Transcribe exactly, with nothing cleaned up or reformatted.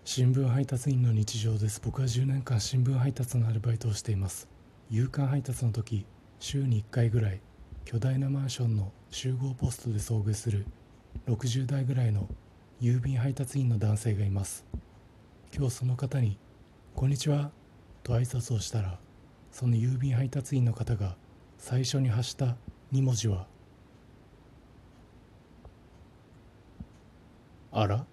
新聞配達員の日常です。僕はじゅうねんかん新聞配達のアルバイトをしています。夕刊配達の時、週にいっかいぐらい巨大なマンションの集合ポストで遭遇するろくじゅう代ぐらいの郵便配達員の男性がいます。今日その方にこんにちはと挨拶をしたら、その郵便配達員の方が最初に発したに文字は、あら